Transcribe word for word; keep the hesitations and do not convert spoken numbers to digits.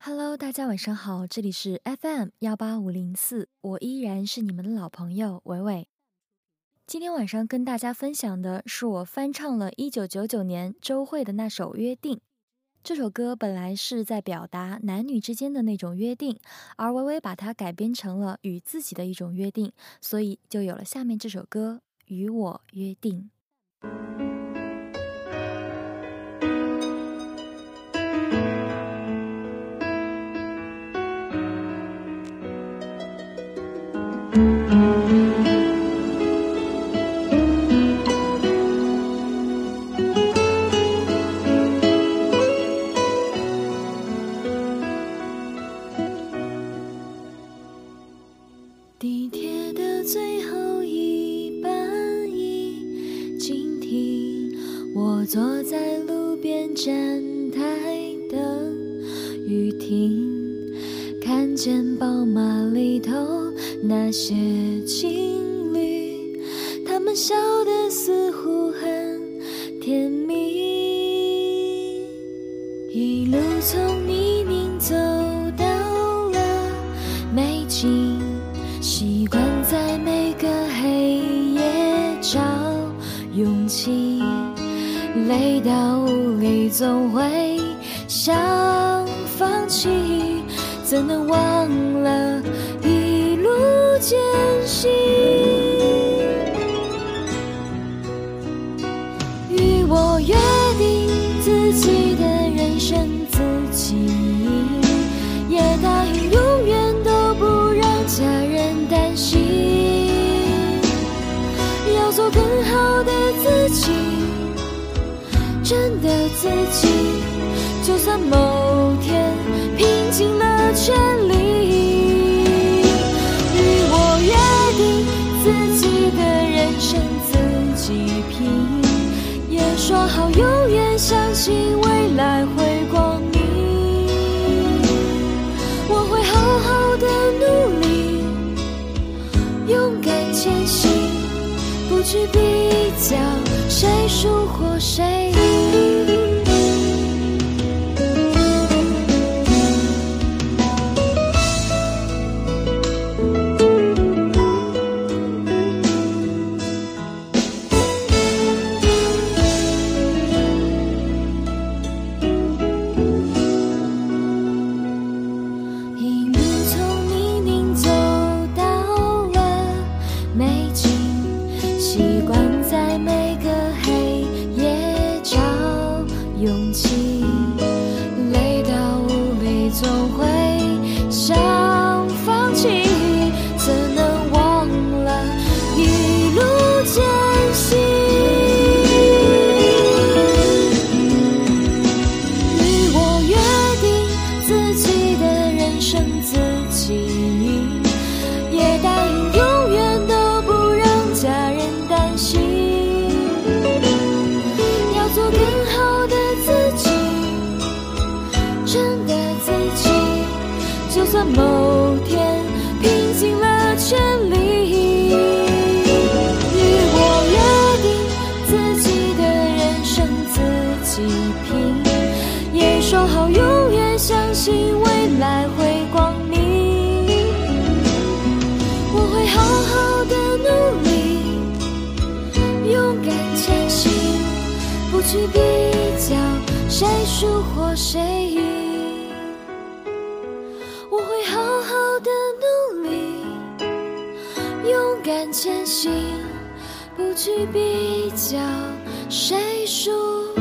Hello， 大家晚上好，这里是 F M 一八五零四，我依然是你们的老朋友伟伟。今天晚上跟大家分享的是我翻唱了一九九九年周蕙的那首《约定》。这首歌本来是在表达男女之间的那种约定，而伟伟把它改编成了与自己的一种约定，所以就有了下面这首歌《与我约定》。 地铁的最后一班已经停，我坐在路边站台等雨停，看见宝马里头那些情侣，他们笑得似乎很甜蜜，一路从泥泞走到了美景，习惯在每个黑夜找勇气，累到无力总会想放弃，怎能忘了一路艰辛，与我约定自己的人生自己赢，也答应永远都不让家人担心，要做更好的自己，真的自己，就算某天拼尽了全力，与我约定自己的人生自己拼，也说好永远相信未来会光明，我会好好的努力，勇敢前行，不去比较谁输或谁赢。勇气累到无力总会想放弃，怎能忘了一路艰辛，与我约定自己的人生自己赢，也答应永远都不让家人担心，要做更好的真的自己，就算某天拼尽了全力，与我约定自己的人生自己拼，也说好永远相信未来会光明，我会好好的努力，勇敢前行，不去比较谁输或谁赢，我会好好的努力，勇敢前行，不去比较谁输